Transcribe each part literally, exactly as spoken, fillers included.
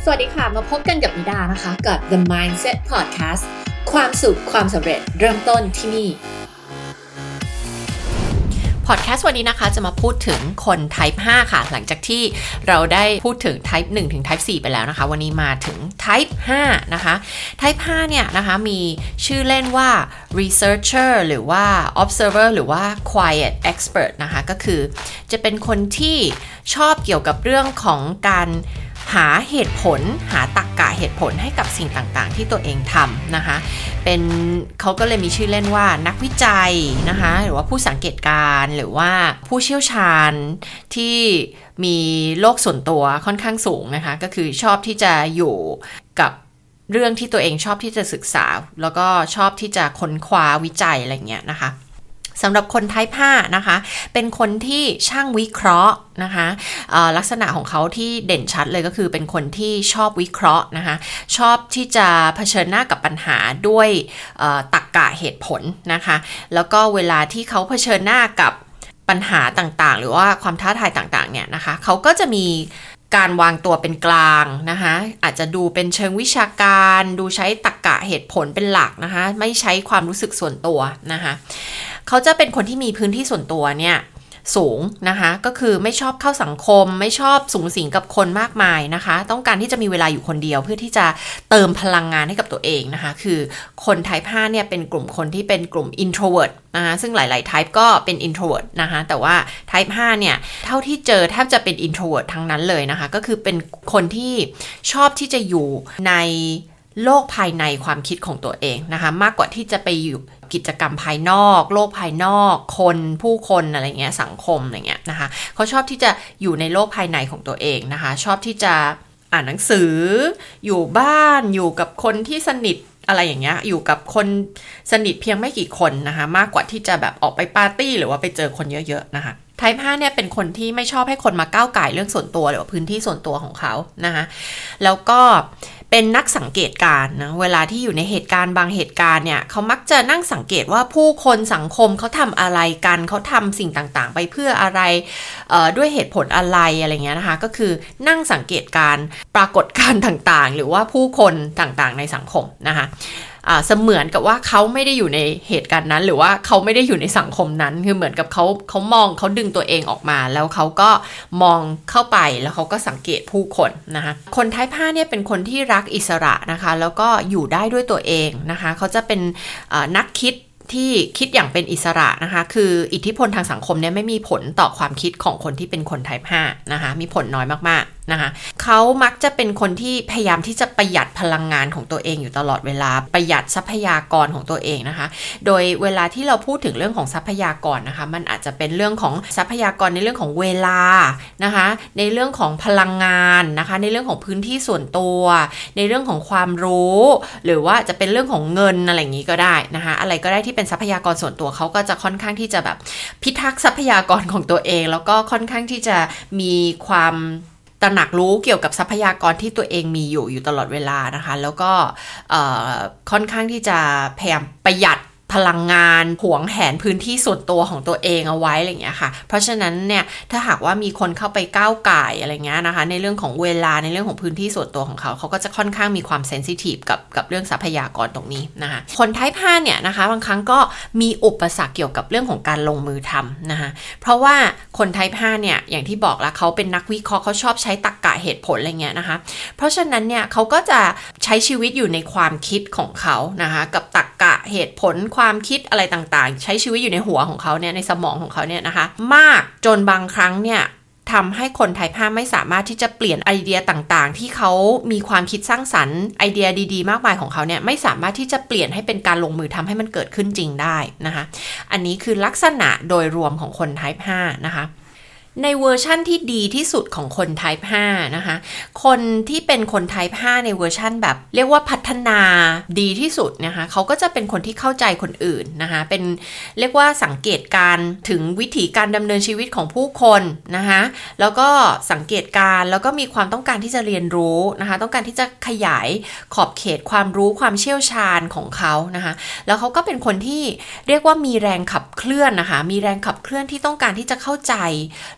สวัสดีค่ะมาพบกันกับนิดานะคะกับ The Mindset Podcast ความสุขความสำเร็จเริ่มต้นที่นี่พอดแคสต์วันนี้นะคะจะมาพูดถึงคน Type ห้าค่ะหลังจากที่เราได้พูดถึง Type หนึ่งถึง Type สี่ไปแล้วนะคะวันนี้มาถึง Type ห้านะคะ Type ห้าเนี่ยนะคะมีชื่อเล่นว่า Researcher หรือว่า Observer หรือว่า Quiet Expert นะคะก็คือจะเป็นคนที่ชอบเกี่ยวกับเรื่องของการหาเหตุผลหาตรรกะเหตุผลให้กับสิ่งต่างๆที่ตัวเองทำนะคะเป็นเขาก็เลยมีชื่อเล่นว่านักวิจัยนะคะหรือว่าผู้สังเกตการหรือว่าผู้เชี่ยวชาญที่มีโลกส่วนตัวค่อนข้างสูงนะคะก็คือชอบที่จะอยู่กับเรื่องที่ตัวเองชอบที่จะศึกษาแล้วก็ชอบที่จะค้นคว้าวิจัยอะไรเงี้ยนะคะสำหรับคน Type ห้านะคะเป็นคนที่ช่างวิเคราะห์นะคะลักษณะของเขาที่เด่นชัดเลยก็คือเป็นคนที่ชอบวิเคราะห์นะคะชอบที่จะเผชิญหน้ากับปัญหาด้วยตรรกะเหตุผลนะคะแล้วก็เวลาที่เขาเผชิญหน้ากับปัญหาต่างๆหรือว่าความท้าทายต่างๆเนี่ยนะคะเขาก็จะมีการวางตัวเป็นกลางนะคะอาจจะดูเป็นเชิงวิชาการดูใช้ตรรกะเหตุผลเป็นหลักนะคะไม่ใช้ความรู้สึกส่วนตัวนะคะเขาจะเป็นคนที่มีพื้นที่ส่วนตัวเนี่ยสูงนะคะก็คือไม่ชอบเข้าสังคมไม่ชอบสุงสิงกับคนมากมายนะคะต้องการที่จะมีเวลาอยู่คนเดียวเพื่อที่จะเติมพลังงานให้กับตัวเองนะคะคือคน Type ห้าเนี่ยเป็นกลุ่มคนที่เป็นกลุ่ม introvert นะคะซึ่งหลายๆ type ก็เป็น introvert นะคะแต่ว่า Type ห้าเนี่ยเท่าที่เจอแทบจะเป็น introvert ทั้งนั้นเลยนะคะก็คือเป็นคนที่ชอบที่จะอยู่ในโลกภายในความคิดของตัวเองนะคะมากกว่าที่จะไปอยู่กิจกรรมภายนอกโลกภายนอกคนผู้คนอะไรเงี้ยสังคมอะไรเงี้ยนะคะเขาชอบที่จะอยู่ในโลกภายในของตัวเองนะคะชอบที่จะอ่านหนังสืออยู่บ้านอยู่กับคนที่สนิทอะไรอย่างเงี้ยอยู่กับคนสนิทเพียงไม่กี่คนนะคะมากกว่าที่จะแบบออกไปปาร์ตี้หรือว่าไปเจอคนเยอะๆนะคะType ห้าเนี่ยเป็นคนที่ไม่ชอบให้คนมาก้าวก่ายเรื่องส่วนตัวหรือว่าพื้นที่ส่วนตัวของเขานะคะแล้วก็เป็นนักสังเกตการณ์นะเวลาที่อยู่ในเหตุการณ์บางเหตุการณ์เนี่ยเขามักจะนั่งสังเกตว่าผู้คนสังคมเขาทำอะไรกันเขาทำสิ่งต่างๆไปเพื่ออะไรเอ่อด้วยเหตุผลอะไรอะไรเงี้ยนะคะก็คือนั่งสังเกตการณ์ปรากฏการณ์ต่างๆหรือว่าผู้คนต่างๆในสังคมนะคะอ่าเสมือนกับว่าเขาไม่ได้อยู่ในเหตุการณ์นั้นหรือว่าเขาไม่ได้อยู่ในสังคมนั้นคือเหมือนกับเขาเขามองเขาดึงตัวเองออกมาแล้วเขาก็มองเข้าไปแล้วเขาก็สังเกตผู้คนนะคะคน Type ห้าเนี่ยเป็นคนที่รักอิสระนะคะแล้วก็อยู่ได้ด้วยตัวเองนะคะเขาจะเป็นนักคิดที่คิดอย่างเป็นอิสระนะคะคืออิทธิพลทางสังคมเนี่ยไม่มีผลต่อความคิดของคนที่เป็นคน Type ห้านะคะมีผลน้อยมากๆนะคะเขามักจะเป็นคนที่พยายามที่จะประหยัดพลังงานของตัวเองอยู่ตลอดเวลาประหยัดทรัพยากรของตัวเองนะคะโดยเวลาที่เราพูดถึงเรื่องของทรัพยากรนะคะมันอาจจะเป็นเรื่องของทรัพยากรในเรื่องของเวลานะคะในเรื่องของพลังงานนะคะในเรื่องของพื้นที่ส่วนตัวในเรื่องของความรู้หรือว่าจะเป็นเรื่องของเงินอะไรอย่างนี้ก็ได้นะคะอะไรก็ได้ที่เป็นทรัพยากรส่วนตัวเขาก็จะค่อนข้างที่จะแบบพิทักษ์ทรัพยากรของตัวเองแล้วก็ค่อนข้างที่จะมีความตระหนักรู้เกี่ยวกับทรัพยากรที่ตัวเองมีอยู่อยู่ตลอดเวลานะคะแล้วก็ค่อนข้างที่จะพยายามประหยัดพลังงานหวงแหนพื้นที่ส่วนตัวของตัวเองเอาไว้อะไรอย่างเงี้ยค่ะเพราะฉะนั้นเนี่ยถ้าหากว่ามีคนเข้าไปก้าวก่ายอะไรเงี้ยนะคะในเรื่องของเวลาในเรื่องของพื้นที่ส่วนตัวของเขาเขาก็จะค่อนข้างมีความเซนซิทีฟกับกับเรื่องทรัพยากรตรงนี้นะคะคน Type ห้าเนี่ยนะคะบางครั้งก็มีอุปสรรคเกี่ยวกับเรื่องของการลงมือทำนะคะเพราะว่าคน Type ห้าเนี่ยอย่างที่บอกแล้วเขาเป็นนักวิเคราะห์เขาชอบใช้ตรรกะเหตุผลอะไรเงี้ยนะคะเพราะฉะนั้นเนี่ยเขาก็จะใช้ชีวิตอยู่ในความคิดของเขานะคะกับตรรกะเหตุผลความคิดอะไรต่างๆใช้ชีวิตอยู่ในหัวของเขาเนี่ยในสมองของเขาเนี่ยนะคะมากจนบางครั้งเนี่ยทำให้คน Type ห้าไม่สามารถที่จะเปลี่ยนไอเดียต่างๆที่เขามีความคิดสร้างสรรค์ไอเดียดีๆมากมายของเขาเนี่ยไม่สามารถที่จะเปลี่ยนให้เป็นการลงมือทำให้มันเกิดขึ้นจริงได้นะคะอันนี้คือลักษณะโดยรวมของคน Type ห้านะคะในเวอร์ชั่นที่ดีที่สุดของคน Type ห้านะคะคนที่เป็นคน Type ห้าในเวอร์ชั่นแบบเรียกว่าพัฒนาดีที่สุดนะคะเขาก็จะเป็นคนที่เข้าใจคนอื่นนะคะเป็นเรียกว่าสังเกตการถึงวิถีการดำเนินชีวิตของผู้คนนะคะแล้วก็สังเกตการแล้วก็มีความต้องการที่จะเรียนรู้นะคะต้องการที่จะขยายขอบเขตความรู้ความเชี่ยวชาญของเขานะคะแล้วเขาก็เป็นคนที่เรียกว่ามีแรงขับเคลื่อนนะคะมีแรงขับเคลื่อนที่ต้องการที่จะเข้าใจ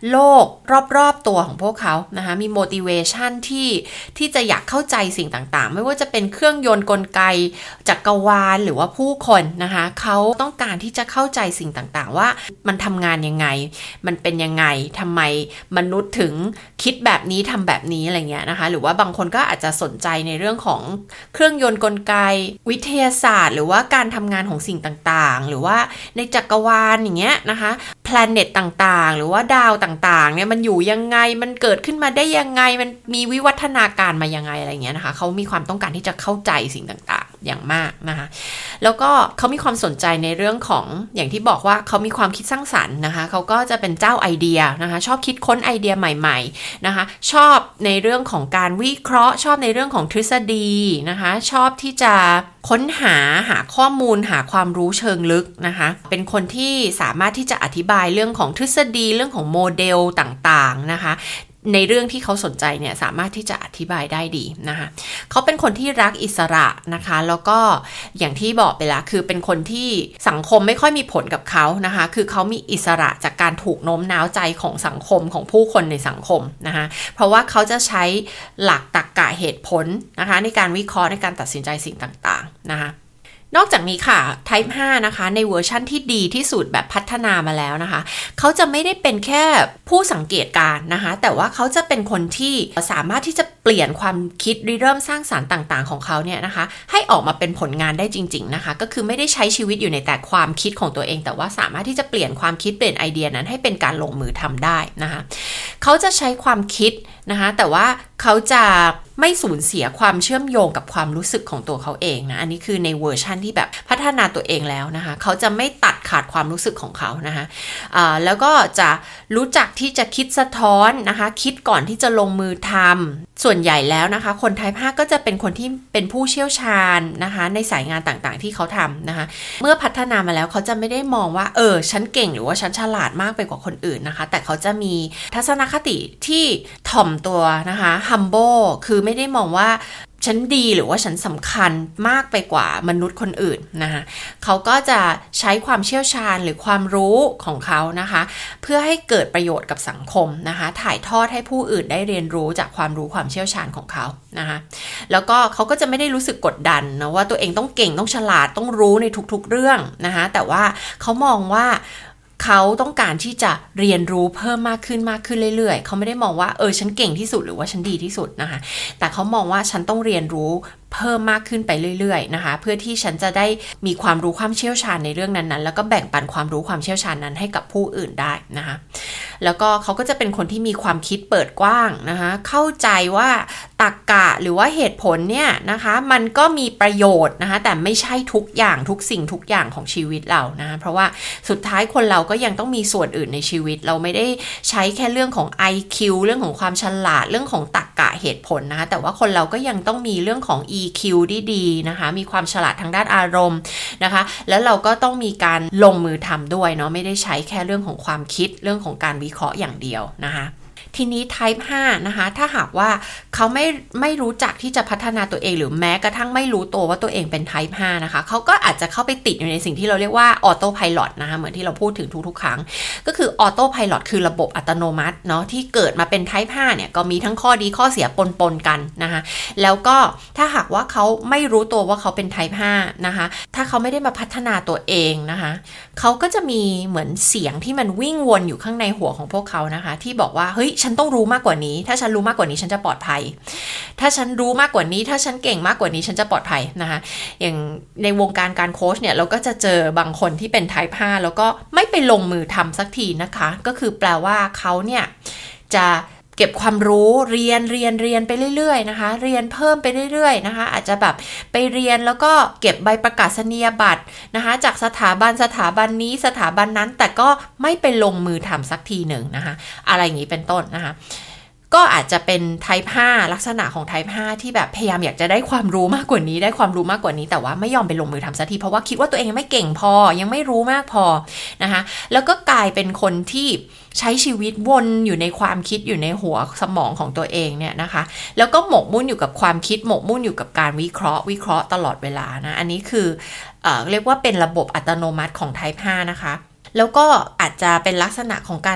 โลกรอบๆตัวของพวกเขานะคะมี motivation ที่ที่จะอยากเข้าใจสิ่งต่างๆไม่ว่าจะเป็นเครื่องยนต์กลไกจักรวาลหรือว่าผู้คนนะคะเขาต้องการที่จะเข้าใจสิ่งต่างๆว่ามันทำงานยังไงมันเป็นยังไงทำไมมนุษย์ถึงคิดแบบนี้ทำแบบนี้อะไรเงี้ยนะคะหรือว่าบางคนก็อาจจะสนใจในเรื่องของเครื่องยนต์กลไกวิทยาศาสตร์หรือว่าการทำงานของสิ่งต่างๆหรือว่าในจักรวาลอย่างเงี้ยนะคะแพลเน็ตต่างๆหรือว่าดาวต่างๆเนี่ยมันอยู่ยังไงมันเกิดขึ้นมาได้ยังไงมันมีวิวัฒนาการมายังไงอะไรเงี้ยนะคะเขามีความต้องการที่จะเข้าใจสิ่งต่างๆอย่างมากนะคะแล้วก็เขามีความสนใจในเรื่องของอย่างที่บอกว่าเขามีความคิดสร้างสรรค์นะคะเขาก็จะเป็นเจ้าไอเดียนะคะชอบคิดค้นไอเดียใหม่ๆนะคะชอบในเรื่องของการวิเคราะห์ชอบในเรื่องของทฤษฎีนะคะชอบที่จะค้นหาหาข้อมูลหาความรู้เชิงลึกนะคะเป็นคนที่สามารถที่จะอธิบายเรื่องของทฤษฎีเรื่องของโมเดลต่างๆนะคะในเรื่องที่เขาสนใจเนี่ยสามารถที่จะอธิบายได้ดีนะคะเขาเป็นคนที่รักอิสระนะคะแล้วก็อย่างที่บอกไปแล้วคือเป็นคนที่สังคมไม่ค่อยมีผลกับเขานะคะคือเขามีอิสระจากการถูกโน้มน้าวใจของสังคมของผู้คนในสังคมนะคะเพราะว่าเขาจะใช้หลักตรรกะเหตุผลนะคะในการวิเคราะห์ในการตัดสินใจสิ่งต่างๆนะคะนอกจากนี้ค่ะ Type ห้านะคะในเวอร์ชั่นที่ดีที่สุดแบบพัฒนามาแล้วนะคะเขาจะไม่ได้เป็นแค่ผู้สังเกตการณ์นะคะแต่ว่าเขาจะเป็นคนที่สามารถที่จะเปลี่ยนความคิดริเริ่มสร้างสรรค์ต่างๆของเขาเนี่ยนะคะให้ออกมาเป็นผลงานได้จริงๆนะคะก็คือไม่ได้ใช้ชีวิตอยู่ในแต่ความคิดของตัวเองแต่ว่าสามารถที่จะเปลี่ยนความคิดเปลี่ยนไอเดียนั้นให้เป็นการลงมือทำได้นะคะเขาจะใช้ความคิดนะคะแต่ว่าเขาจะไม่สูญเสียความเชื่อมโยงกับความรู้สึกของตัวเขาเองนะอันนี้คือในเวอร์ชันที่แบบพัฒนาตัวเองแล้วนะคะเขาจะไม่ตัดขาดความรู้สึกของเขานะคะอ่าแล้วก็จะรู้จักที่จะคิดสะท้อนนะคะคิดก่อนที่จะลงมือทำส่วนใหญ่แล้วนะคะคน Type ห้าก็จะเป็นคนที่เป็นผู้เชี่ยวชาญนะคะในสายงานต่างๆที่เขาทำนะคะเมื่อพัฒนามาแล้วเขาจะไม่ได้มองว่าเออฉันเก่งหรือว่าฉันฉลาดมากไปกว่าคนอื่นนะคะแต่เขาจะมีทัศนคติที่ถ่อมตัวนะคะ humble คือไม่ได้มองว่าฉันดีหรือว่าฉันสำคัญมากไปกว่ามนุษย์คนอื่นนะคะเขาก็จะใช้ความเชี่ยวชาญหรือความรู้ของเขานะคะเพื่อให้เกิดประโยชน์กับสังคมนะคะถ่ายทอดให้ผู้อื่นได้เรียนรู้จากความรู้ความเชี่ยวชาญของเขานะคะแล้วก็เขาก็จะไม่ได้รู้สึกกดดันนะว่าตัวเองต้องเก่งต้องฉลาดต้องรู้ในทุกๆเรื่องนะคะแต่ว่าเขามองว่าเขาต้องการที่จะเรียนรู้เพิ่มมากขึ้นมากขึ้นเรื่อยๆเขาไม่ได้มองว่าเออฉันเก่งที่สุดหรือว่าฉันดีที่สุดนะคะแต่เขามองว่าฉันต้องเรียนรู้เพิ่มมากขึ้นไปเรื่อยๆนะคะเพื่อที่ฉันจะได้มีความรู้ความเชี่ยวชาญในเรื่องนั้นๆแล้วก็แบ่งปันความรู้ความเชี่ยวชาญนั้นให้กับผู้อื่นได้นะคะแล้วก็เขาก็จะเป็นคนที่มีความคิดเปิดกว้างนะคะเข้าใจว่าตรรกะหรือว่าเหตุผลเนี่ยนะคะมันก็มีประโยชน์นะคะแต่ไม่ใช่ทุกอย่างทุกสิ่งทุกอย่างของชีวิตเรานะคะเพราะว่าสุดท้ายคนเราก็ยังต้องมีส่วนอื่นในชีวิตเราไม่ได้ใช้แค่เรื่องของ ไอ คิว เรื่องของความฉลาดเรื่องของตรรกะเหตุผลนะคะแต่ว่าคนเราก็ยังต้องมีเรื่องของ อี คิว ที่ดีนะคะมีความฉลาดทางด้านอารมณ์นะคะแล้วเราก็ต้องมีการลงมือทำด้วยเนาะไม่ได้ใช้แค่เรื่องของความคิดเรื่องของการวิเคราะห์อย่างเดียวนะคะทีนี้ Type ห้านะคะถ้าหากว่าเขาไม่ไม่รู้จักที่จะพัฒนาตัวเองหรือแม้กระทั่งไม่รู้ตัวว่าตัวเองเป็น Type ห้านะคะเขาก็อาจจะเข้าไปติดอยู่ในสิ่งที่เราเรียกว่า Auto Pilot นะคะเหมือนที่เราพูดถึงทุกๆครั้งก็คือ Auto Pilot คือระบบอัตโนมัติเนาะที่เกิดมาเป็น Type ห้าเนี่ยก็มีทั้งข้อดีข้อเสียปนๆกันนะคะแล้วก็ถ้าหากว่าเขาไม่รู้ตัวว่าเขาเป็น Type ห้านะคะถ้าเขาไม่ได้มาพัฒนาตัวเองนะคะเขาก็จะมีเหมือนเสียงที่มันวิ่งวนอยู่ข้างในหัวของพวกเขานะคะที่บอกว่าเฮ้ยฉันต้องรู้มากกว่านี้ถ้าฉันรู้มากกว่านี้ฉันจะปลอดภัยถ้าฉันรู้มากกว่านี้ถ้าฉันเก่งมากกว่านี้ฉันจะปลอดภัยนะคะอย่างในวงการการโค้ชเนี่ยเราก็จะเจอบางคนที่เป็น Type ห้าแล้วก็ไม่ไปลงมือทำสักทีนะคะก็คือแปลว่าเขาเนี่ยจะเก็บความรู้เรียนเรียนเรียนไปเรื่อยๆนะคะเรียนเพิ่มไปเรื่อยๆนะคะอาจจะแบบไปเรียนแล้วก็เก็บใบประกาศนียบัตรนะคะจากสถาบันสถาบันนี้สถาบันนั้นแต่ก็ไม่ไปลงมือทำสักทีหนึ่งนะคะอะไรอย่างนี้เป็นต้นนะคะก็อาจจะเป็น Type ห้าลักษณะของ Type ห้าที่แบบพยายามอยากจะได้ความรู้มากกว่านี้ได้ความรู้มากกว่านี้แต่ว่าไม่ยอมไปลงมือทำสักทีเพราะว่าคิดว่าตัวเองยังไม่เก่งพอยังไม่รู้มากพอนะคะแล้วก็กลายเป็นคนที่ใช้ชีวิตวนอยู่ในความคิดอยู่ในหัวสมองของตัวเองเนี่ยนะคะแล้วก็หมกมุ่นอยู่กับความคิดหมกมุ่นอยู่กับการวิเคราะห์วิเคราะห์ตลอดเวลานะอันนี้คือเอ่อเรียกว่าเป็นระบบอัตโนมัติของ Type ห้านะคะแล้วก็อาจจะเป็นลักษณะของการตัดข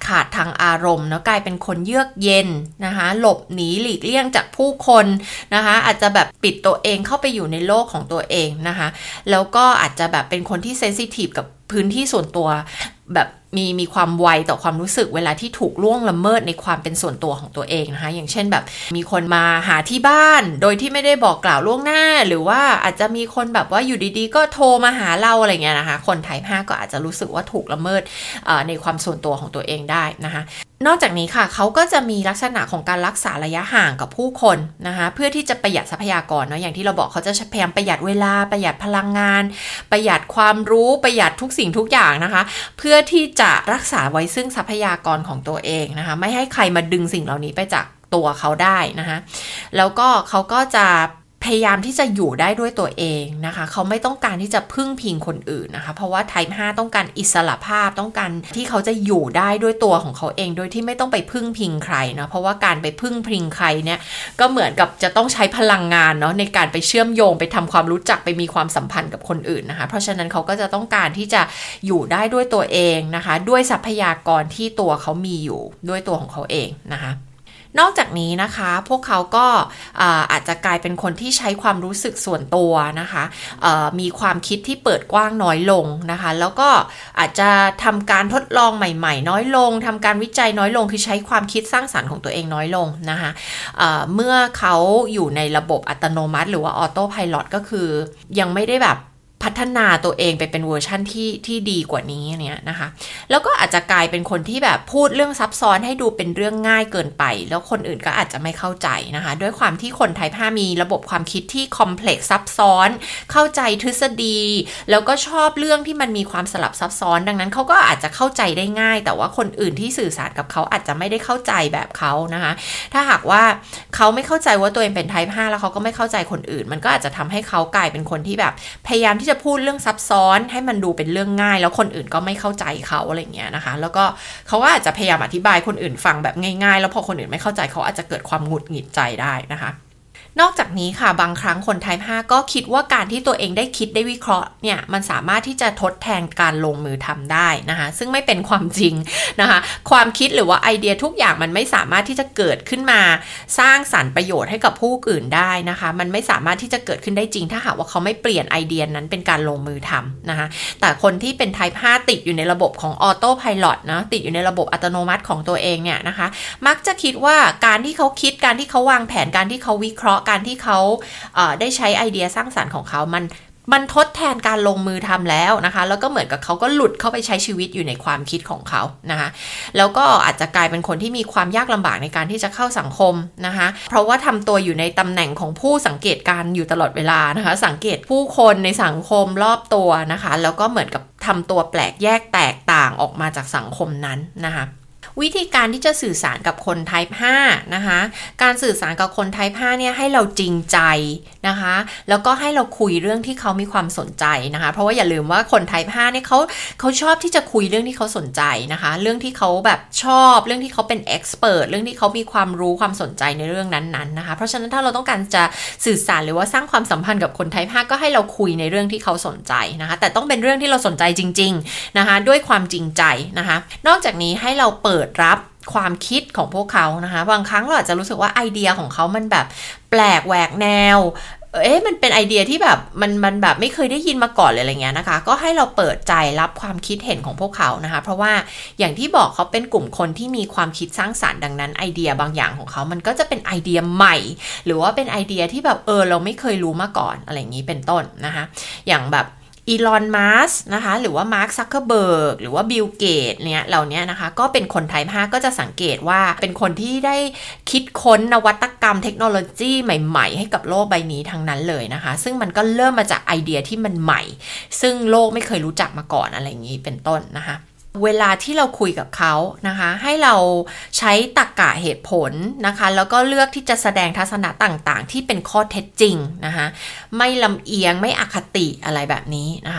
ขาดทางอารมณ์เนาะกลายเป็นคนเยือกเย็นนะคะหลบหนีหลีกเลี่ยงจากผู้คนนะคะอาจจะแบบปิดตัวเองเข้าไปอยู่ในโลกของตัวเองนะคะแล้วก็อาจจะแบบเป็นคนที่เซนซิทีฟกับพื้นที่ส่วนตัวแบบมีมีความไวต่อความรู้สึกเวลาที่ถูกล่วงละเมิดในความเป็นส่วนตัวของตัวเองนะคะอย่างเช่นแบบมีคนมาหาที่บ้านโดยที่ไม่ได้บอกกล่าวล่วงหน้าหรือว่าอาจจะมีคนแบบว่าอยู่ดีๆก็โทรมาหาเราอะไรเงี้ยนะคะคนไทป์ห้าก็อาจจะรู้สึกว่าถูกละเมิดในความส่วนตัวของตัวเองได้นะคะนอกจากนี้ค่ะเขาก็จะมีลักษณะของการรักษาระยะห่างกับผู้คนนะคะเพื่อที่จะประหยัดทรัพยากรเนาะอย่างที่เราบอกเขาจะพยายามประหยัดเวลาประหยัดพลังงานประหยัดความรู้ประหยัดทุกสิ่งทุกอย่างนะคะเพื่อที่จะรักษาไว้ซึ่งทรัพยากรของตัวเองนะคะไม่ให้ใครมาดึงสิ่งเหล่านี้ไปจากตัวเขาได้นะคะแล้วก็เขาก็จะพยายามที่จะอยู่ได้ด้วยตัวเองนะคะเขาไม่ต้องการที่จะพึ่งพิงคนอื่นนะคะเพราะว่า Type ห้าต้องการอิสระภาพต้องการที่เขาจะอยู่ได้ด้วยตัวของเขาเองโดยที่ไม่ต้องไปพึ่งพิงใครนะเพราะว่าการไปพึ่งพิงใครเนี่ยก็เหมือนกับจะต้องใช้พลังงานเนาะในการไปเชื่อมโยงไปทำความรู้จักไปมีความสัมพันธ์กับคนอื่นนะคะเพราะฉะนั้นเขาก็จะต้องการที่จะอยู่ได้ด้วยตัวเองนะคะด้วยทรัพยากรที่ตัวเขามีอยู่ด้วยตัวของเขาเองนะคะนอกจากนี้นะคะพวกเขาก็อาจจะกลายเป็นคนที่ใช้ความรู้สึกส่วนตัวนะคะมีความคิดที่เปิดกว้างน้อยลงนะคะแล้วก็อาจจะทำการทดลองใหม่ๆน้อยลงทำการวิจัยน้อยลงคือใช้ความคิดสร้างสรรค์ของตัวเองน้อยลงนะคะเมื่อเขาอยู่ในระบบอัตโนมัติหรือว่าออโต้ไพลอตก็คือยังไม่ได้แบบพัฒนาตัวเองไปเป็นเวอร์ชั่นที่ที่ดีกว่านี้เนี่ยนะคะแล้วก็อาจจะกลายเป็นคนที่แบบพูดเรื่องซับซ้อนให้ดูเป็นเรื่องง่ายเกินไปแล้วคนอื่นก็อาจจะไม่เข้าใจนะคะด้วยความที่คนไทป์ห้ามีระบบความคิดที่คอมเพล็กซ์ซับซ้อนเข้าใจทฤษฎีแล้วก็ชอบเรื่องที่มันมีความสลับซับซ้อนดังนั้นเขาก็อาจจะเข้าใจได้ง่ายแต่ว่าคนอื่นที่สื่อสารกับเขาอาจจะไม่ได้เข้าใจแบบเขานะคะถ้าหากว่าเขาไม่เข้าใจว่าตัวเองเป็นไทป์ห้าแล้วเขาก็ไม่เข้าใจคนอื่นมันก็อาจจะทำให้เขากลายเป็นคนที่แบบพยายามที่จะพูดเรื่องซับซ้อนให้มันดูเป็นเรื่องง่ายแล้วคนอื่นก็ไม่เข้าใจเขาอะไรเงี้ยนะคะแล้วก็เขาก็อาจจะพยายามอธิบายคนอื่นฟังแบบง่ายๆแล้วพอคนอื่นไม่เข้าใจเขาอาจจะเกิดความหงุดหงิดใจได้นะคะนอกจากนี้ค่ะบางครั้งคน Type ห้าก็คิดว่าการที่ตัวเองได้คิดได้วิเคราะห์เนี่ยมันสามารถที่จะทดแทนการลงมือทำได้นะคะซึ่งไม่เป็นความจริงนะคะความคิดหรือว่าไอเดียทุกอย่างมันไม่สามารถที่จะเกิดขึ้นมาสร้างสรรค์ประโยชน์ให้กับผู้อื่นได้นะคะมันไม่สามารถที่จะเกิดขึ้นได้จริงถ้าหากว่าเขาไม่เปลี่ยนไอเดียนั้นเป็นการลงมือทำนะคะแต่คนที่เป็น Type ห้าติดอยู่ในระบบของออโต้ไพลอตนะติดอยู่ในระบบอัตโนมัติของตัวเองเนี่ยนะคะมักจะคิดว่าการที่เขาคิดการที่เขาวางแผนการที่เขาวิเคราะห์การที่เขาเอ่อได้ใช้ไอเดียสร้างสรรค์ของเขามันมันทดแทนการลงมือทำแล้วนะคะแล้วก็เหมือนกับเขาก็หลุดเข้าไปใช้ชีวิตอยู่ในความคิดของเขานะคะแล้วก็อาจจะกลายเป็นคนที่มีความยากลำบากในการที่จะเข้าสังคมนะคะเพราะว่าทำตัวอยู่ในตำแหน่งของผู้สังเกตการอยู่ตลอดเวลานะคะสังเกตผู้คนในสังคมรอบตัวนะคะแล้วก็เหมือนกับทำตัวแปลกแยกแตกต่างออกมาจากสังคมนั้นนะคะวิธีการที่จะสื่อสารกับคน Type ห้านะคะการสื่อสารกับคน Type ห้าเนี่ยให้เราจริงใจนะคะแล้วก็ให้เราคุยเรื่องที่เขามีความสนใจนะคะเพราะว่าอย่าลืมว่าคน Type ห้าเนี่ยเขาเขาชอบที่จะคุยเรื่องที่เขาสนใจนะคะเรื่องที่เขาแบบชอบเรื่องที่เขาเป็น expert เรื่องที่เขามีความรู้ความสนใจในเรื่องนั้นๆนะคะเพราะฉะนั้นถ้าเราต้องการจะสื่อสารหรือว่าสร้างความสัมพันธ์กับคน Type ห้าก็ให้เราคุยในเรื่องที่เขาสนใจนะคะแต่ต้องเป็นเรื่องที่เราสนใจจริงๆนะคะด้วยความจริงใจนะคะนอกจากนี้ให้เราเปิดรับความคิดของพวกเขานะคะบางครั้งเราอาจจะรู้สึกว่าไอเดียของเขามันแบบแปลกแหวกแนวเอ๊ะมันเป็นไอเดียที่แบบมันมันแบบไม่เคยได้ยินมาก่อนเลยอะไรเงี้ยนะคะก็ให้เราเปิดใจรับความคิดเห็นของพวกเขานะคะเพราะว่าอย่างที่บอกเขาเป็นกลุ่มคนที่มีความคิดสร้างสรรค์ดังนั้นไอเดียบางอย่างของเขามันก็จะเป็นไอเดียใหม่หรือว่าเป็นไอเดียที่แบบเออเราไม่เคยรู้มาก่อนอะไรอย่างนี้เป็นต้นนะคะอย่างแบบอีลอน มัสก์นะคะหรือว่ามาร์ค ซักเคอร์เบิร์กหรือว่าบิล เกตส์เนี่ยเหล่านี้นะคะก็เป็นคน Type ห้าก็จะสังเกตว่าเป็นคนที่ได้คิดค้นนวัตกรรมเทคโนโลยีใหม่ๆให้กับโลกใบนี้ทั้งนั้นเลยนะคะซึ่งมันก็เริ่มมาจากไอเดียที่มันใหม่ซึ่งโลกไม่เคยรู้จักมาก่อนอะไรอย่างนี้เป็นต้นนะคะเวลาที่เราคุยกับเขานะคะให้เราใช้ตรรกะเหตุผลนะคะแล้วก็เลือกที่จะแสดงทัศนะต่างๆที่เป็นข้อเท็จจริงนะคะไม่ลำเอียงไม่อคติอะไรแบบนี้นะคะ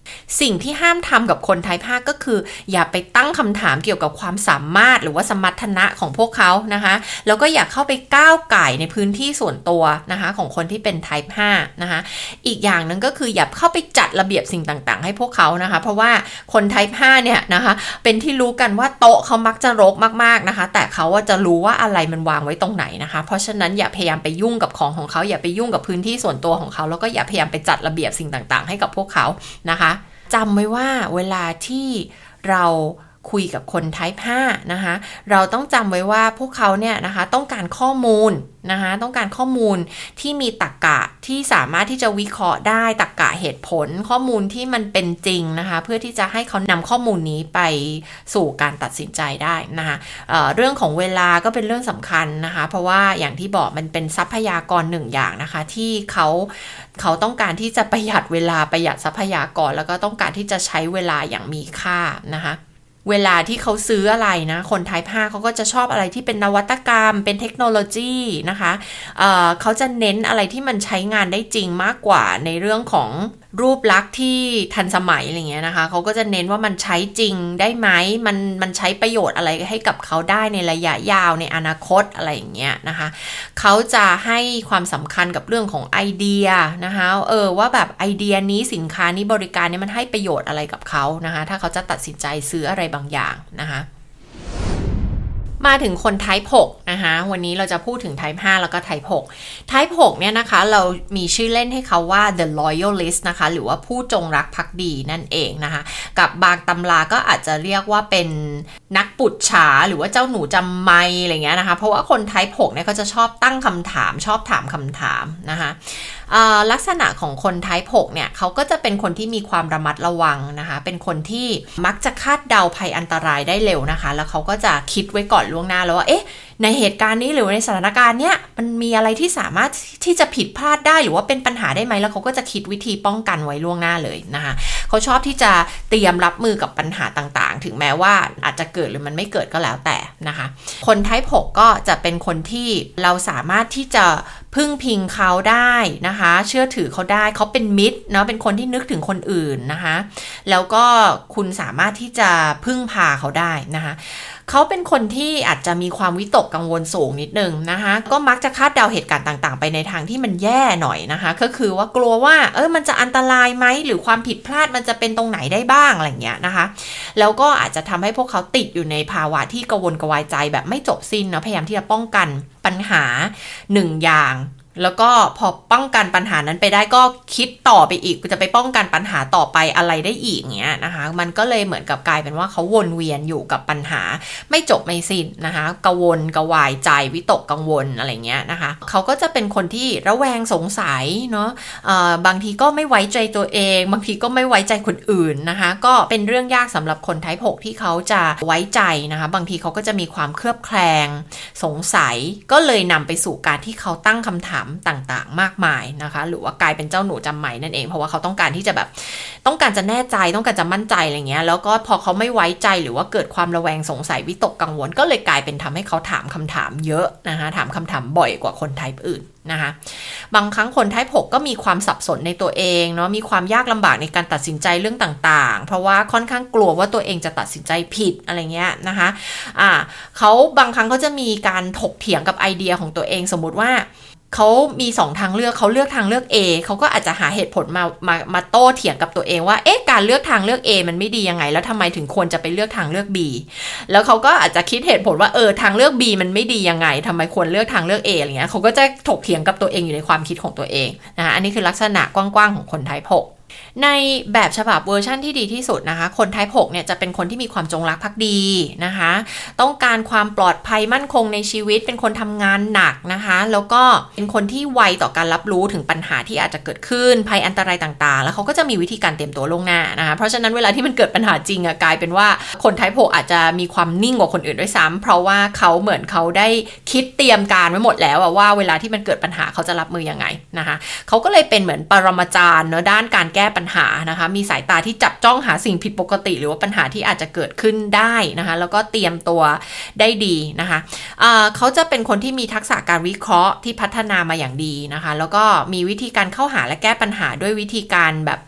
สิ่งที่ห้ามทำกับคนไทป์ห้าก็คืออย่าไปตั้งคำถามเกี่ยวกับความสามารถหรือว่าสมรรถนะของพวกเขานะคะแล้วก็อย่าเข้าไปก้าวไก่ในพื้นที่ส่วนตัวนะคะของคนที่เป็นไทป์ห้านะคะอีกอย่างนึงก็คืออย่าเข้าไปจัดระเบียบสิ่งต่างๆให้พวกเขานะคะเพราะว่าคนไทป์ห้าเนี่ยนะคะเป็นที่รู้กันว่าโต๊ะเขามักจะรกมากๆนะคะแต่เขาจะรู้ว่าอะไรมันวางไว้ตรงไหนนะคะเพราะฉะนั้นอย่าพยายามไปยุ่งกับของของเขาอย่าไปยุ่งกับพื้นที่ส่วนตัวของเขาแล้วก็อย่าพยายามไปจัดระเบียบสิ่งต่างๆให้กับพวกเขานะคะจำไว้ว่าเวลาที่เราคุยกับคนไทป์ห้านะคะเราต้องจำไว้ว่าพวกเขาเนี่ยนะคะต้องการข้อมูลนะคะต้องการข้อมูลที่มีตรรกะที่สามารถที่จะวิเคราะห์ได้ตรรกะเหตุผลข้อมูลที่มันเป็นจริงนะคะเพื่อที่จะให้เขานำข้อมูลนี้ไปสู่การตัดสินใจได้นะคะเอ่อเรื่องของเวลาก็เป็นเรื่องสำคัญนะคะเพราะว่าอย่างที่บอกมันเป็นทรัพยากรหนึ่งอย่างนะคะที่เขาเขาต้องการที่จะประหยัดเวลาประหยัดทรัพยากรแล้วก็ต้องการที่จะใช้เวลาอย่างมีค่านะคะเวลาที่เขาซื้ออะไรนะคนไทป์ห้าเขาก็จะชอบอะไรที่เป็นนวัตกรรมเป็นเทคโนโลยีนะคะเอ่อเขาจะเน้นอะไรที่มันใช้งานได้จริงมากกว่าในเรื่องของรูปลักษณ์ที่ทันสมัยอะไรเงี้ยนะคะเขาก็จะเน้นว่ามันใช้จริงได้ไหมมันมันใช้ประโยชน์อะไรให้กับเขาได้ในระยะยาวในอนาคตอะไรอย่างเงี้ยนะคะเขาจะให้ความสำคัญกับเรื่องของไอเดียนะคะเออว่าแบบไอเดียนี้สินค้านี้บริการนี้มันให้ประโยชน์อะไรกับเขานะคะถ้าเขาจะตัดสินใจซื้ออะไรบางอย่างนะคะมาถึงคนไทป์หกนะคะวันนี้เราจะพูดถึงไทป์ห้าแล้วก็ไทป์หกไทป์หกเนี่ยนะคะเรามีชื่อเล่นให้เขาว่า the loyalist นะคะหรือว่าผู้จงรักภักดีนั่นเองนะคะกับบางตำราก็อาจจะเรียกว่าเป็นนักปุจฉาหรือว่าเจ้าหนูจำไม่อะไรเงี้ยนะคะเพราะว่าคนไทป์หกเนี่ยเขาจะชอบตั้งคำถามชอบถามคำถามนะคะลักษณะของคนไทป์หกเนี่ยเขาก็จะเป็นคนที่มีความระมัดระวังนะคะเป็นคนที่มักจะคาดเดาภัยอันตรายได้เร็วนะคะแล้วเขาก็จะคิดไว้ก่อนล่วงหน้าแล้วว่าเอ๊ะในเหตุการณ์นี้หรือในสถานการณ์เนี้ยมันมีอะไรที่สามารถที่จะผิดพลาดได้หรือว่าเป็นปัญหาได้ไหมแล้วเขาก็จะคิดวิธีป้องกันไว้ล่วงหน้าเลยนะคะเขาชอบที่จะเตรียมรับมือกับปัญหาต่างๆถึงแม้ว่าอาจจะเกิดหรือมันไม่เกิดก็แล้วแต่นะคะคนไทป์หกก็จะเป็นคนที่เราสามารถที่จะพึ่งพิงเขาได้นะคะเชื่อถือเขาได้เขาเป็นมิตรเนาะเป็นคนที่นึกถึงคนอื่นนะคะแล้วก็คุณสามารถที่จะพึ่งพาเขาได้นะคะเขาเป็นคนที่อาจจะมีความวิตกกังวลสูงนิดนึงนะคะก็มักจะคาดเดาเหตุการณ์ต่างๆไปในทางที่มันแย่หน่อยนะคะก็คือว่ากลัวว่าเออมันจะอันตรายไหมหรือความผิดพลาดมันจะเป็นตรงไหนได้บ้างอะไรเงี้ยนะคะแล้วก็อาจจะทำให้พวกเขาติดอยู่ในภาวะที่กังวลกระวายใจแบบไม่จบสิ้นเนาะพยายามที่จะป้องกันปัญหาหนึ่งอย่างแล้วก็พอป้องกันปัญหานั้นไปได้ก็คิดต่อไปอีกจะไปป้องกันปัญหาต่อไปอะไรได้อีกเงี้ยนะคะมันก็เลยเหมือนกับกลายเป็นว่าเขาวนเวียนอยู่กับปัญหาไม่จบไม่สิ้นนะคะกังวลกระวายใจวิตกกังวลอะไรเงี้ยนะคะเขาก็จะเป็นคนที่ระแวงสงสัยเนาะเอ่อบางทีก็ไม่ไว้ใจตัวเองบางทีก็ไม่ไว้ใจคนอื่นนะคะก็เป็นเรื่องยากสำหรับคนไทป์หกที่เขาจะไว้ใจนะคะบางทีเขาก็จะมีความเคลือบแคลงสงสัยก็เลยนำไปสู่การที่เขาตั้งคำถามต่างๆมากมายนะคะหรือว่ากลายเป็นเจ้าหนูจำไหมนั่นเองเพราะว่าเขาต้องการที่จะแบบต้องการจะแน่ใจต้องการจะมั่นใจอะไรเงี้ยแล้วก็พอเขาไม่ไว้ใจหรือว่าเกิดความระแวงสงสัยวิตกกังวลก็เลยกลายเป็นทำให้เขาถามคำถามเยอะนะคะถามคำถามบ่อยกว่าคนไทป์อื่นนะคะบางครั้งคนไทป์หกก็มีความสับสนในตัวเองเนาะมีความยากลำบากในการตัดสินใจเรื่องต่างๆเพราะว่าค่อนข้างกลัวว่าตัวเองจะตัดสินใจผิดอะไรเงี้ยนะคะอ่าเขาบางครั้งเขาจะมีการถกเถียงกับไอเดียของตัวเองสมมุติว่าเขามีสองทางเลือกเขาเลือกทางเลือก A เขาก็อาจจะหาเหตุผลมามามาโต้เถียงกับตัวเองว่าเอ๊ะการเลือกทางเลือก A มันไม่ดียังไงแล้วทำไมถึงควรจะไปเลือกทางเลือก B แล้วเขาก็อาจจะคิดเหตุผลว่าเออทางเลือก B มันไม่ดียังไงทำไมควรเลือกทางเลือก A อะไรเงี้ยเขาก็จะถกเถียงกับตัวเองอยู่ในความคิดของตัวเองนะคะอันนี้คือลักษณะกว้างๆของคนไทป์หกในแบบฉบับเวอร์ชั่นที่ดีที่สุดนะคะคนไทป์หกเนี่ยจะเป็นคนที่มีความจงรักภักดีนะคะต้องการความปลอดภัยมั่นคงในชีวิตเป็นคนทำงานหนักนะคะแล้วก็เป็นคนที่ไวต่อการรับรู้ถึงปัญหาที่อาจจะเกิดขึ้นภัยอันตรายต่างๆแล้วเขาก็จะมีวิธีการเตรียมตัวล่วงหน้านะคะเพราะฉะนั้นเวลาที่มันเกิดปัญหาจริงอะกลายเป็นว่าคนไทป์หกอาจจะมีความนิ่งกว่าคนอื่นด้วยซ้ำเพราะว่าเขาเหมือนเขาได้คิดเตรียมการไว้หมดแล้วว่าเวลาที่มันเกิดปัญหาเขาจะรับมือยังไงนะคะเขาก็เลยเป็นเหมือนปรมาจารย์เนาะด้านการแก้ปัญหานะคะมีสายตาที่จับจ้องหาสิ่งผิดปกติหรือว่าปัญหาที่อาจจะเกิดขึ้นได้นะคะแล้วก็เตรียมตัวได้ดีนะคะะเขาจะเป็นคนที่มีทักษะการวิเคราะห์ที่พัฒนามาอย่างดีนะคะแล้วก็มีวิธีการเข้าหาและแก้ปัญหาด้วยวิธีการแบบ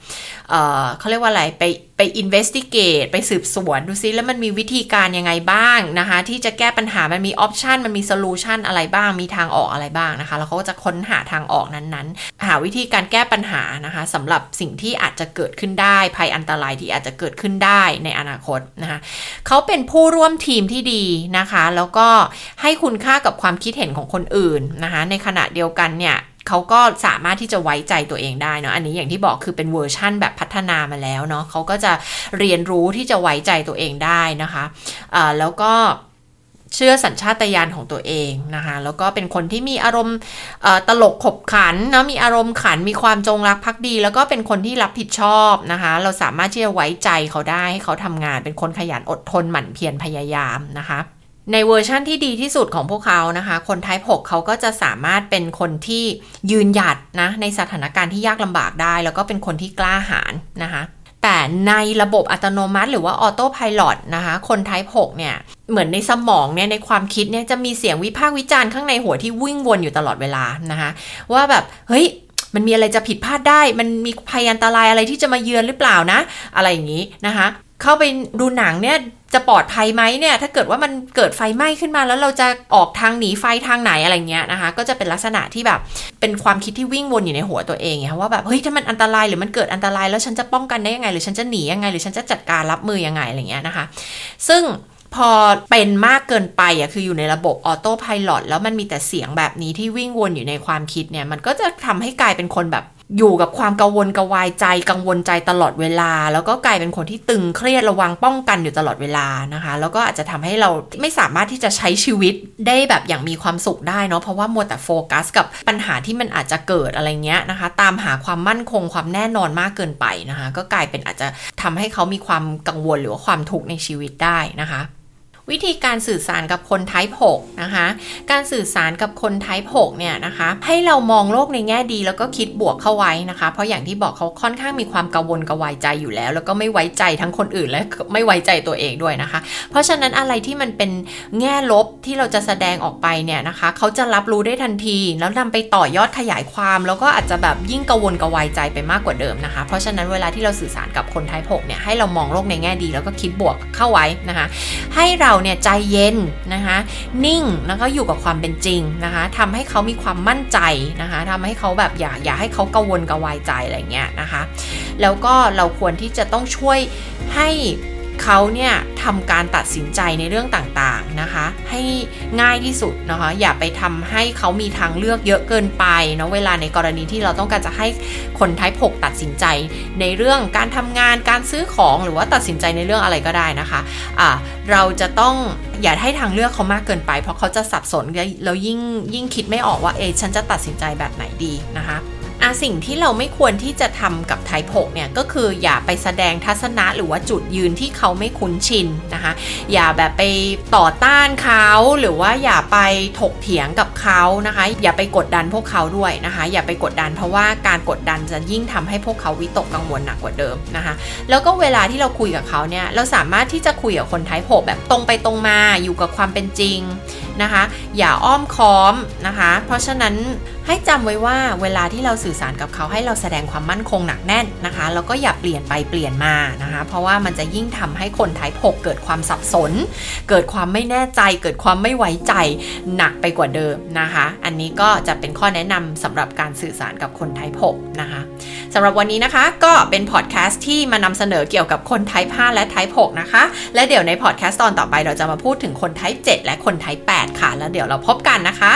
เอ่อเขาเรียกว่าอะไรไปไป investigate ไปสืบสวนดูซิแล้วมันมีวิธีการยังไงบ้างนะคะที่จะแก้ปัญหามันมี option มันมี solution อะไรบ้างมีทางออกอะไรบ้างนะคะแล้วเขาก็จะค้นหาทางออกนั้นๆหาวิธีการแก้ปัญหานะคะสำหรับสิ่งที่อาจจะเกิดขึ้นได้ภัยอันตรายที่อาจจะเกิดขึ้นได้ในอนาคตนะคะเขาเป็นผู้ร่วมทีมที่ดีนะคะแล้วก็ให้คุณค่ากับความคิดเห็นของคนอื่นนะคะในขณะเดียวกันเนี่ยเขาก็สามารถที่จะไว้ใจตัวเองได้เนาะอันนี้อย่างที่บอกคือเป็นเวอร์ชั่นแบบพัฒนามาแล้วเนาะเขาก็จะเรียนรู้ที่จะไว้ใจตัวเองได้นะคะอ่าแล้วก็เชื่อสัญชาตญาณของตัวเองนะคะแล้วก็เป็นคนที่มีอารมณ์ตลกขบขันเนาะมีอารมณ์ขันมีความจงรักภักดีแล้วก็เป็นคนที่รับผิดชอบนะคะเราสามารถที่จะไว้ใจเขาได้ให้เขาทำงานเป็นคนขยันอดทนหมั่นเพียรพยายามนะคะในเวอร์ชั่นที่ดีที่สุดของพวกเขานะคะคนไทป์หกเขาก็จะสามารถเป็นคนที่ยืนหยัดนะในสถานการณ์ที่ยากลำบากได้แล้วก็เป็นคนที่กล้าหาญนะคะแต่ในระบบอัตโนมัติหรือว่าออโต้ไพลอตนะคะคนไทป์หกเนี่ยเหมือนในสมองเนี่ยในความคิดเนี่ยจะมีเสียงวิพากษ์วิจารณ์ข้างในหัวที่วิ่งวนอยู่ตลอดเวลานะคะว่าแบบเฮ้ยมันมีอะไรจะผิดพลาดได้มันมีภัยอันตรายอะไรที่จะมาเยือนหรือเปล่านะอะไรอย่างนี้นะคะเข้าไปดูหนังเนี่ยจะปลอดภัยไหมเนี่ยถ้าเกิดว่ามันเกิดไฟไหม้ขึ้นมาแล้วเราจะออกทางหนีไฟทางไหนอะไรเงี้ยนะคะก็จะเป็นลักษณะที่แบบเป็นความคิดที่วิ่งวนอยู่ในหัวตัวเองไงว่าแบบเฮ้ยถ้ามันอันตรายหรือมันเกิดอันตรายแล้วฉันจะป้องกันได้ยังไงหรือฉันจะหนียังไงหรือฉันจะจัดการรับมือยังไงอะไรเงี้ยนะคะซึ่งพอเป็นมากเกินไปอ่ะคืออยู่ในระบบออโต้ไพลอตแล้วมันมีแต่เสียงแบบนี้ที่วิ่งวนอยู่ในความคิดเนี่ยมันก็จะทำให้กลายเป็นคนแบบอยู่กับความกังวลกวายใจกังวลใจตลอดเวลาแล้วก็กลายเป็นคนที่ตึงเครียดระวังป้องกันอยู่ตลอดเวลานะคะแล้วก็อาจจะทำให้เราไม่สามารถที่จะใช้ชีวิตได้แบบอย่างมีความสุขได้เนาะเพราะว่ามัวแต่โฟกัสกับปัญหาที่มันอาจจะเกิดอะไรเงี้ยนะคะตามหาความมั่นคงความแน่นอนมากเกินไปนะคะก็กลายเป็นอาจจะทำให้เขามีความกังวลหรือว่าความทุกข์ในชีวิตได้นะคะวิธีการสื่อสารกับคนไทป์หกนะคะการสื่อสารกับคนไทป์หกเนี่ยนะคะให้เรามองโลกในแง่ดีแล้วก็คิดบวกเข้าไว้นะคะเพราะอย่างที่บอกเขาค่อนข้างมีความกังวลกวายใจอยู่แล้วแล้วก็ไม่ไว้ใจทั้งคนอื่นและไม่ไว้ใจตัวเองด้วยนะคะเพราะฉะนั้นอะไรที่มันเป็นแง่ลบที่เราจะแสดงออกไปเนี่ยนะคะเขาจะรับรู้ได้ทันทีแล้วนำไปต่อยอดขยายความแล้วก็อาจจะแบบยิ่งกังวลกวายใจไปมากกว่าเดิมนะคะเพราะฉะนั้นเวลาที่เราสื่อสารกับคนไทป์หกเนี่ยให้เรามองโลกในแง่ดีแล้วก็คิดบวกเข้าไว้นะคะให้เราเนี่ยใจเย็นนะคะนิ่งแล้วก็อยู่กับความเป็นจริงนะคะทำให้เขามีความมั่นใจนะคะทำให้เขาแบบอย่าอย่าให้เขากังวลกวายใจอะไรเงี้ยนะคะแล้วก็เราควรที่จะต้องช่วยให้เขาเนี่ยทำการตัดสินใจในเรื่องต่างๆนะคะให้ง่ายที่สุดนะคะอย่าไปทำให้เขามีทางเลือกเยอะเกินไปเนาะเวลาในกรณีที่เราต้องการจะให้คนไทป์หกตัดสินใจในเรื่องการทำงานการซื้อของหรือว่าตัดสินใจในเรื่องอะไรก็ได้นะคะอ่าเราจะต้องอย่าให้ทางเลือกเขามากเกินไปเพราะเขาจะสับสนแล้วยิ่งยิ่งคิดไม่ออกว่าเออฉันจะตัดสินใจแบบไหนดีนะคะอ่ะสิ่งที่เราไม่ควรที่จะทำกับไทป์หกเนี่ยก็คืออย่าไปแสดงทัศนะหรือว่าจุดยืนที่เขาไม่คุ้นชินนะคะอย่าแบบไปต่อต้านเขาหรือว่าอย่าไปถกเถียงกับเขานะคะอย่าไปกดดันพวกเขาด้วยนะคะอย่าไปกดดันเพราะว่าการกดดันจะยิ่งทำให้พวกเขาวิตกกังวลหนักกว่าเดิมนะคะแล้วก็เวลาที่เราคุยกับเขาเนี่ยเราสามารถที่จะคุยกับคนไทป์หกแบบตรงไปตรงมาอยู่กับความเป็นจริงนะคะอย่าอ้อมค้อมนะคะเพราะฉะนั้นให้จำไว้ว่าเวลาที่เราสื่อสารกับเขาให้เราแสดงความมั่นคงหนักแน่นนะคะแล้วก็อย่าเปลี่ยนไปเปลี่ยนมานะคะเพราะว่ามันจะยิ่งทำให้คนไทป์หกเกิดความสับสนเกิดความไม่แน่ใจเกิดความไม่ไว้ใจหนักไปกว่าเดิมนะคะอันนี้ก็จะเป็นข้อแนะนำสำหรับการสื่อสารกับคนไทป์หกนะคะสำหรับวันนี้นะคะก็เป็นพอดแคสต์ที่มานำเสนอเกี่ยวกับคนไทป์ห้าและไทป์หกนะคะและเดี๋ยวในพอดแคสต์ตอนต่อไปเราจะมาพูดถึงคนไทป์เจ็ดและคนไทป์แปดค่ะแล้วเดี๋ยวเราพบกันนะคะ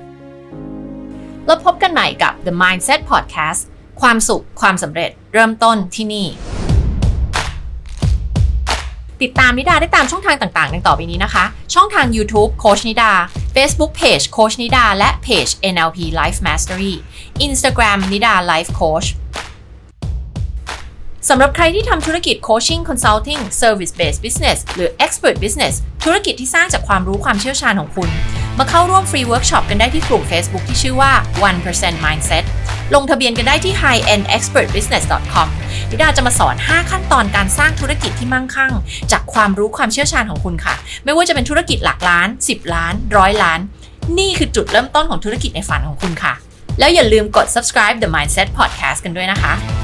แล้วพบกันใหม่กับ The Mindset Podcast ความสุขความสำเร็จเริ่มต้นที่นี่ติดตามนิดาได้ตามช่องทางต่างๆดังต่อไปนี้นะคะช่องทาง YouTube โค้ชนิดา Facebook Page โค้ชนิดาและ Page เอ็น แอล พี Life Mastery Instagram นิดา Life Coach สำหรับใครที่ทำธุรกิจ Coaching Consulting Service Based Business หรือ Expert Business ธุรกิจที่สร้างจากความรู้ความเชี่ยวชาญของคุณมาเข้าร่วมฟรีเวิร์กช็อปกันได้ที่กลุ่ม Facebook ที่ชื่อว่า one percent mindset ลงทะเบียนกันได้ที่ ไฮ เอ็น เอ็กซ์เพรท บิสเนส ดอท คอม นิดาจะมาสอนห้าขั้นตอนการสร้างธุรกิจที่มั่งคั่งจากความรู้ความเชี่ยวชาญของคุณค่ะไม่ว่าจะเป็นธุรกิจหลักล้านสิบล้านร้อยล้านนี่คือจุดเริ่มต้นของธุรกิจในฝันของคุณค่ะแล้วอย่าลืมกด subscribe The Mindset Podcast กันด้วยนะคะ